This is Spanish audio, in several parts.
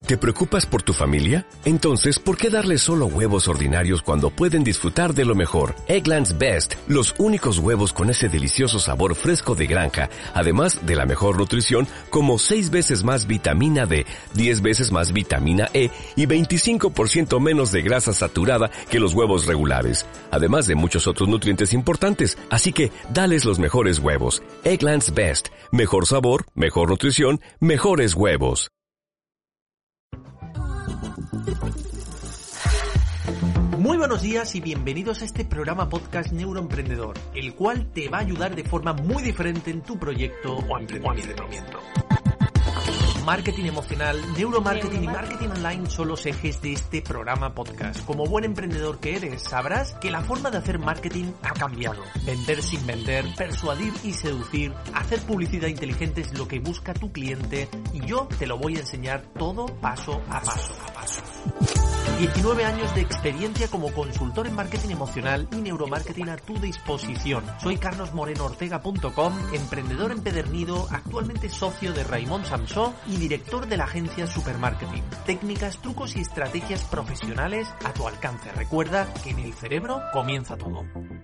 ¿Te preocupas por tu familia? Entonces, ¿por qué darles solo huevos ordinarios cuando pueden disfrutar de lo mejor? Eggland's Best, los únicos huevos con ese delicioso sabor fresco de granja, además de la mejor nutrición, como 6 veces más vitamina D, 10 veces más vitamina E y 25% menos de grasa saturada que los huevos regulares, además de muchos otros nutrientes importantes. Así que, dales los mejores huevos. Eggland's Best, mejor sabor, mejor nutrición, mejores huevos. Muy buenos días y bienvenidos a este programa podcast Neuroemprendedor, el cual te va a ayudar de forma muy diferente en tu proyecto o emprendimiento. Marketing emocional, neuromarketing y marketing online son los ejes de este programa podcast. Como buen emprendedor que eres, sabrás que la forma de hacer marketing ha cambiado. Vender sin vender, persuadir y seducir, hacer publicidad inteligente es lo que busca tu cliente y yo te lo voy a enseñar todo paso a paso. 19 años de experiencia como consultor en marketing emocional y neuromarketing a tu disposición. Soy carlosmorenoortega.com, emprendedor empedernido, actualmente socio de Raymond Samsó y director de la agencia Supermarketing. Técnicas, trucos y estrategias profesionales a tu alcance. Recuerda que en el cerebro comienza todo.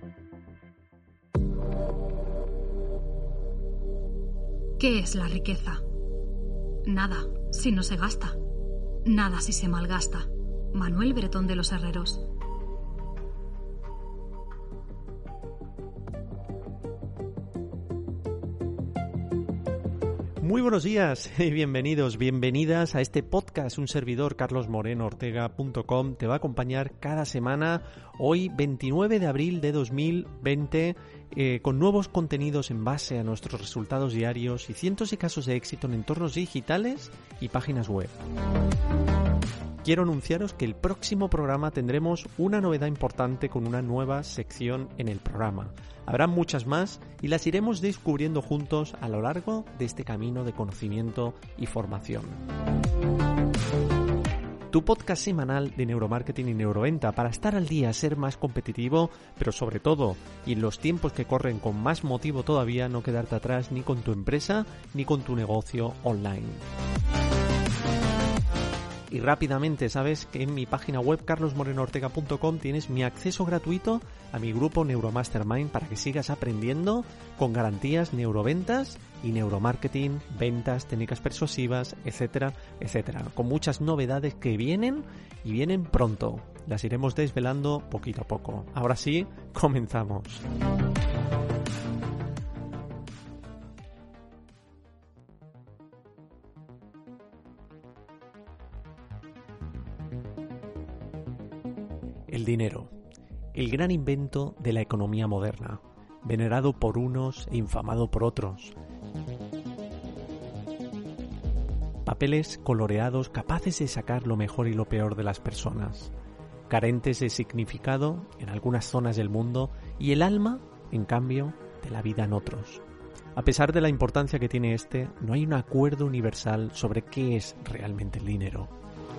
¿Qué es la riqueza? Nada si no se gasta. Nada si se malgasta. Manuel Bretón de los Herreros. Muy buenos días y bienvenidas a este podcast. Un servidor, carlosmorenoortega.com, te va a acompañar cada semana, hoy 29 de abril de 2020, con nuevos contenidos en base a nuestros resultados diarios y cientos de casos de éxito en entornos digitales y páginas web. Quiero anunciaros que el próximo programa tendremos una novedad importante con una nueva sección en el programa. Habrá muchas más y las iremos descubriendo juntos a lo largo de este camino de conocimiento y formación. Tu podcast semanal de neuromarketing y neuroventa para estar al día, ser más competitivo, pero sobre todo, y en los tiempos que corren con más motivo todavía, no quedarte atrás ni con tu empresa ni con tu negocio online. Y rápidamente, sabes que en mi página web carlosmorenoortega.com tienes mi acceso gratuito a mi grupo Neuromastermind para que sigas aprendiendo con garantías neuroventas y neuromarketing, ventas, técnicas persuasivas, etcétera, etcétera. Con muchas novedades que vienen y vienen pronto. Las iremos desvelando poquito a poco. Ahora sí, comenzamos. El dinero, el gran invento de la economía moderna, venerado por unos e infamado por otros. Papeles coloreados capaces de sacar lo mejor y lo peor de las personas, carentes de significado en algunas zonas del mundo y el alma, en cambio, de la vida en otros. A pesar de la importancia que tiene este, no hay un acuerdo universal sobre qué es realmente el dinero.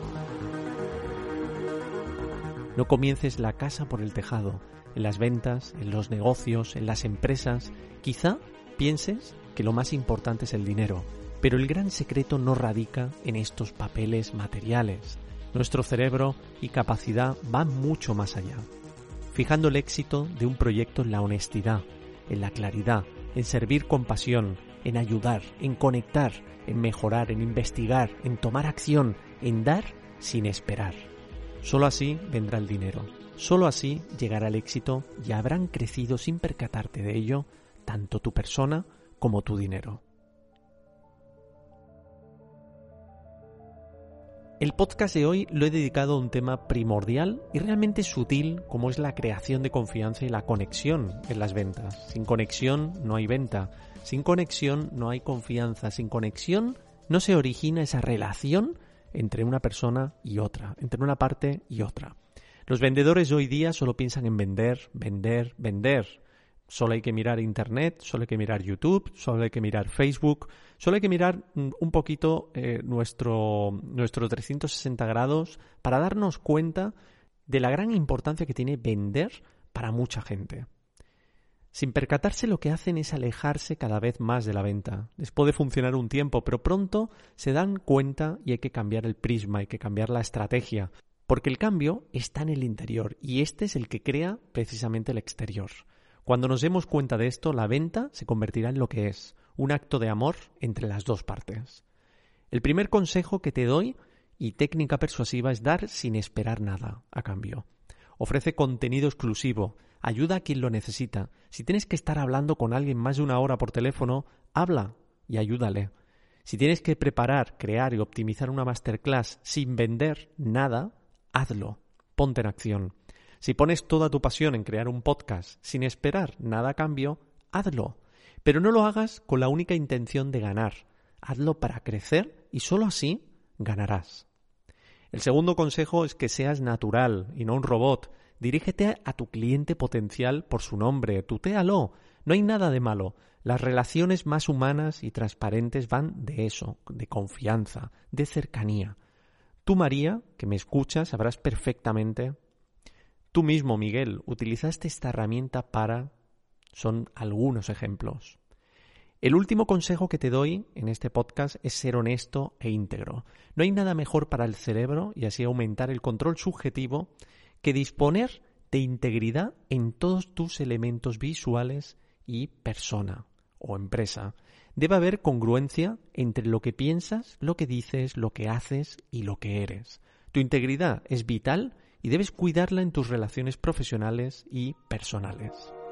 No comiences la casa por el tejado, en las ventas, en los negocios, en las empresas. Quizá pienses que lo más importante es el dinero, pero el gran secreto no radica en estos papeles materiales. Nuestro cerebro y capacidad van mucho más allá, fijando el éxito de un proyecto en la honestidad, en la claridad, en servir con pasión, en ayudar, en conectar, en mejorar, en investigar, en tomar acción, en dar sin esperar. Solo así vendrá el dinero, solo así llegará el éxito y habrán crecido sin percatarte de ello tanto tu persona como tu dinero. El podcast de hoy lo he dedicado a un tema primordial y realmente sutil como es la creación de confianza y la conexión en las ventas. Sin conexión no hay venta, sin conexión no hay confianza, sin conexión no se origina esa relación entre una persona y otra, entre una parte y otra. Los vendedores de hoy día solo piensan en vender, vender, vender. Solo hay que mirar Internet, solo hay que mirar YouTube, solo hay que mirar Facebook, solo hay que mirar un poquito nuestro 360 grados para darnos cuenta de la gran importancia que tiene vender para mucha gente. Sin percatarse, lo que hacen es alejarse cada vez más de la venta. Les puede funcionar un tiempo, pero pronto se dan cuenta y hay que cambiar el prisma, hay que cambiar la estrategia, porque el cambio está en el interior y este es el que crea precisamente el exterior. Cuando nos demos cuenta de esto, la venta se convertirá en lo que es, un acto de amor entre las dos partes. El primer consejo que te doy y técnica persuasiva es dar sin esperar nada a cambio. Ofrece contenido exclusivo, ayuda a quien lo necesita. Si tienes que estar hablando con alguien más de 1 hora por teléfono, habla y ayúdale. Si tienes que preparar, crear y optimizar una masterclass sin vender nada, hazlo, ponte en acción. Si pones toda tu pasión en crear un podcast sin esperar nada a cambio, hazlo. Pero no lo hagas con la única intención de ganar. Hazlo para crecer y solo así ganarás. El segundo consejo es que seas natural y no un robot. Dirígete a tu cliente potencial por su nombre, tutéalo. No hay nada de malo. Las relaciones más humanas y transparentes van de eso, de confianza, de cercanía. Tú, María, que me escuchas, sabrás perfectamente. Tú mismo, Miguel, utilizaste esta herramienta para... Son algunos ejemplos. El último consejo que te doy en este podcast es ser honesto e íntegro. No hay nada mejor para el cerebro y así aumentar el control subjetivo que disponer de integridad en todos tus elementos visuales y persona o empresa. Debe haber congruencia entre lo que piensas, lo que dices, lo que haces y lo que eres. Tu integridad es vital y debes cuidarla en tus relaciones profesionales y personales.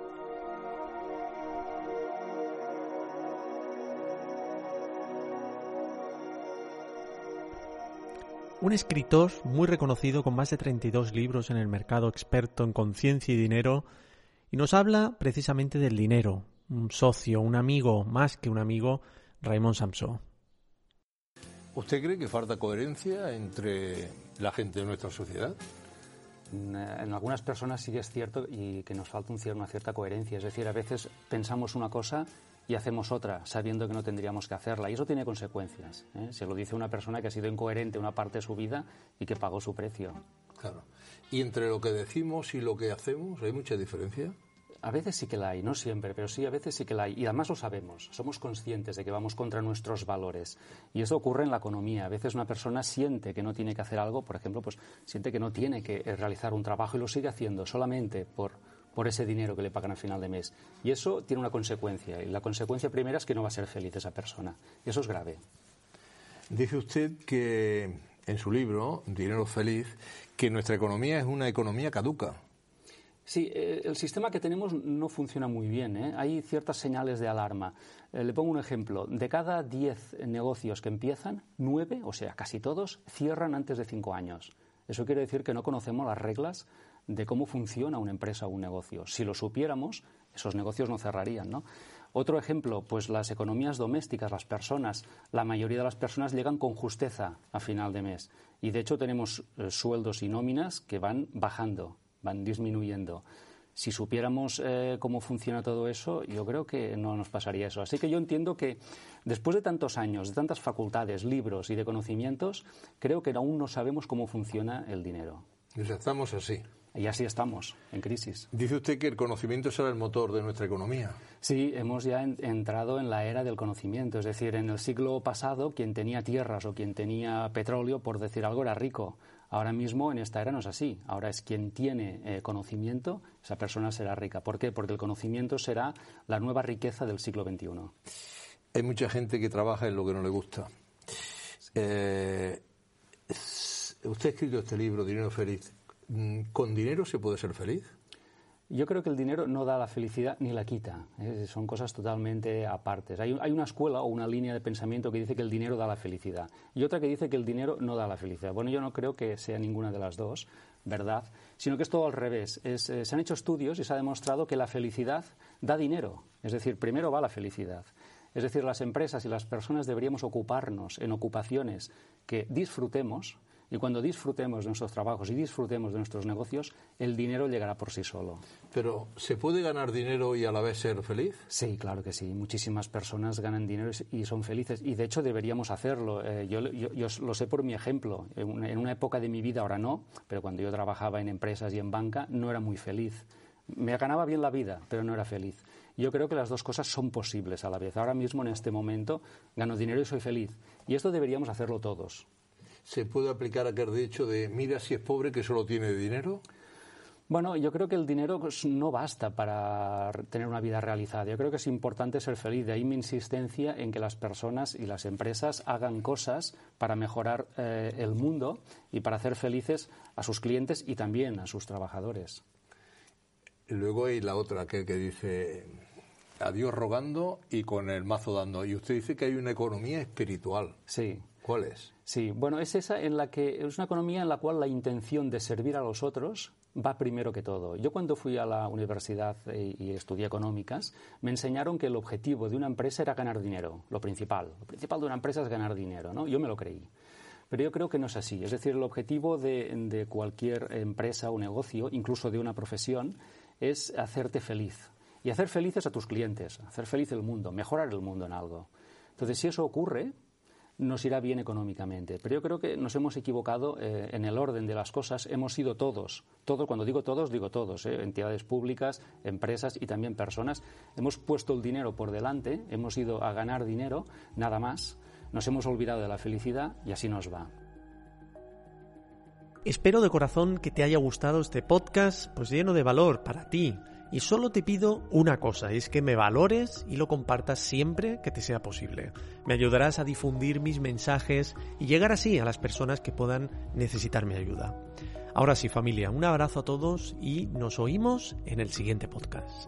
Un escritor muy reconocido con más de 32 libros en el mercado, experto en conciencia y dinero, y nos habla precisamente del dinero, un socio, un amigo, más que un amigo, Raymond Samson. ¿Usted cree que falta coherencia entre la gente de nuestra sociedad? En algunas personas sí que es cierto y que nos falta una cierta coherencia. Es decir, a veces pensamos una cosa y hacemos otra, sabiendo que no tendríamos que hacerla. Y eso tiene consecuencias, ¿eh? Se lo dice una persona que ha sido incoherente una parte de su vida y que pagó su precio. Claro. ¿Y entre lo que decimos y lo que hacemos hay mucha diferencia? A veces sí que la hay, no siempre, pero sí, a veces sí que la hay. Y además lo sabemos, somos conscientes de que vamos contra nuestros valores. Y eso ocurre en la economía. A veces una persona siente que no tiene que hacer algo, por ejemplo, pues siente que no tiene que realizar un trabajo y lo sigue haciendo solamente por ese dinero que le pagan al final de mes. Y eso tiene una consecuencia. Y la consecuencia primera es que no va a ser feliz esa persona. Y eso es grave. Dice usted que en su libro, Dinero Feliz, que nuestra economía es una economía caduca. Sí, el sistema que tenemos no funciona muy bien, ¿eh? Hay ciertas señales de alarma. Le pongo un ejemplo. De cada 10 negocios que empiezan, 9, o sea, casi todos, cierran antes de 5 años. Eso quiere decir que no conocemos las reglas de cómo funciona una empresa o un negocio. Si lo supiéramos, esos negocios no cerrarían, ¿no? Otro ejemplo, pues las economías domésticas, las personas, la mayoría de las personas llegan con justeza a final de mes. Y de hecho tenemos sueldos y nóminas que van bajando, van disminuyendo. Si supiéramos cómo funciona todo eso, yo creo que no nos pasaría eso. Así que yo entiendo que después de tantos años, de tantas facultades, libros y de conocimientos, creo que aún no sabemos cómo funciona el dinero. O sea, estamos así. Y así estamos, en crisis. Dice usted que el conocimiento será el motor de nuestra economía. Sí, hemos ya entrado en la era del conocimiento. Es decir, en el siglo pasado, quien tenía tierras o quien tenía petróleo, por decir algo, era rico. Ahora mismo, en esta era, no es así. Ahora es quien tiene conocimiento, esa persona será rica. ¿Por qué? Porque el conocimiento será la nueva riqueza del siglo XXI. Hay mucha gente que trabaja en lo que no le gusta. Usted ha escrito este libro, Dinero Feliz. ¿Con dinero se puede ser feliz? Yo creo que el dinero no da la felicidad ni la quita. Son cosas totalmente apartes. Hay una escuela o una línea de pensamiento que dice que el dinero da la felicidad y otra que dice que el dinero no da la felicidad. Bueno, yo no creo que sea ninguna de las dos, ¿verdad? Sino que es todo al revés. Se han hecho estudios y se ha demostrado que la felicidad da dinero. Es decir, primero va la felicidad. Es decir, las empresas y las personas deberíamos ocuparnos en ocupaciones que disfrutemos. Y cuando disfrutemos de nuestros trabajos y disfrutemos de nuestros negocios, el dinero llegará por sí solo. ¿Pero se puede ganar dinero y a la vez ser feliz? Sí, claro que sí. Muchísimas personas ganan dinero y son felices. Y de hecho deberíamos hacerlo. Yo lo sé por mi ejemplo. En una época de mi vida, ahora no, pero cuando yo trabajaba en empresas y en banca, no era muy feliz. Me ganaba bien la vida, pero no era feliz. Yo creo que las dos cosas son posibles a la vez. Ahora mismo, en este momento, gano dinero y soy feliz. Y esto deberíamos hacerlo todos. ¿Se puede aplicar aquel dicho de mira si es pobre que solo tiene dinero? Bueno, yo creo que el dinero no basta para tener una vida realizada. Yo creo que es importante ser feliz. De ahí mi insistencia en que las personas y las empresas hagan cosas para mejorar el mundo y para hacer felices a sus clientes y también a sus trabajadores. Luego hay la otra, aquel que dice a Dios rogando y con el mazo dando. Y usted dice que hay una economía espiritual. Sí. ¿Cuál es? Sí, bueno, es esa en la que es una economía en la cual la intención de servir a los otros va primero que todo. Yo cuando fui a la universidad y estudié económicas, me enseñaron que el objetivo de una empresa era ganar dinero, lo principal. Lo principal de una empresa es ganar dinero, ¿no? Yo me lo creí. Pero yo creo que no es así. Es decir, el objetivo de cualquier empresa o negocio, incluso de una profesión, es hacerte feliz. Y hacer felices a tus clientes, hacer feliz el mundo, mejorar el mundo en algo. Entonces, si eso ocurre, nos irá bien económicamente. Pero yo creo que nos hemos equivocado en el orden de las cosas. Hemos sido todos, cuando digo todos, entidades públicas, empresas y también personas. Hemos puesto el dinero por delante, hemos ido a ganar dinero, nada más. Nos hemos olvidado de la felicidad y así nos va. Espero de corazón que te haya gustado este podcast, pues lleno de valor para ti. Y solo te pido una cosa, es que me valores y lo compartas siempre que te sea posible. Me ayudarás a difundir mis mensajes y llegar así a las personas que puedan necesitar mi ayuda. Ahora sí, familia, un abrazo a todos y nos oímos en el siguiente podcast.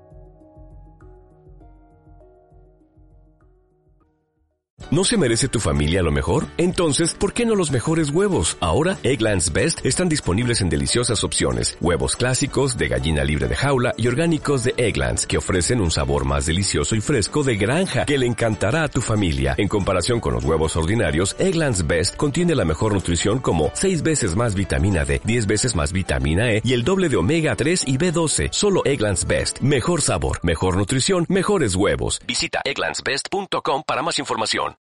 ¿No se merece tu familia lo mejor? Entonces, ¿por qué no los mejores huevos? Ahora, Eggland's Best están disponibles en deliciosas opciones. Huevos clásicos, de gallina libre de jaula y orgánicos de Eggland's, que ofrecen un sabor más delicioso y fresco de granja que le encantará a tu familia. En comparación con los huevos ordinarios, Eggland's Best contiene la mejor nutrición como 6 veces más vitamina D, 10 veces más vitamina E y el doble de omega 3 y B12. Solo Eggland's Best. Mejor sabor, mejor nutrición, mejores huevos. Visita egglandsbest.com para más información.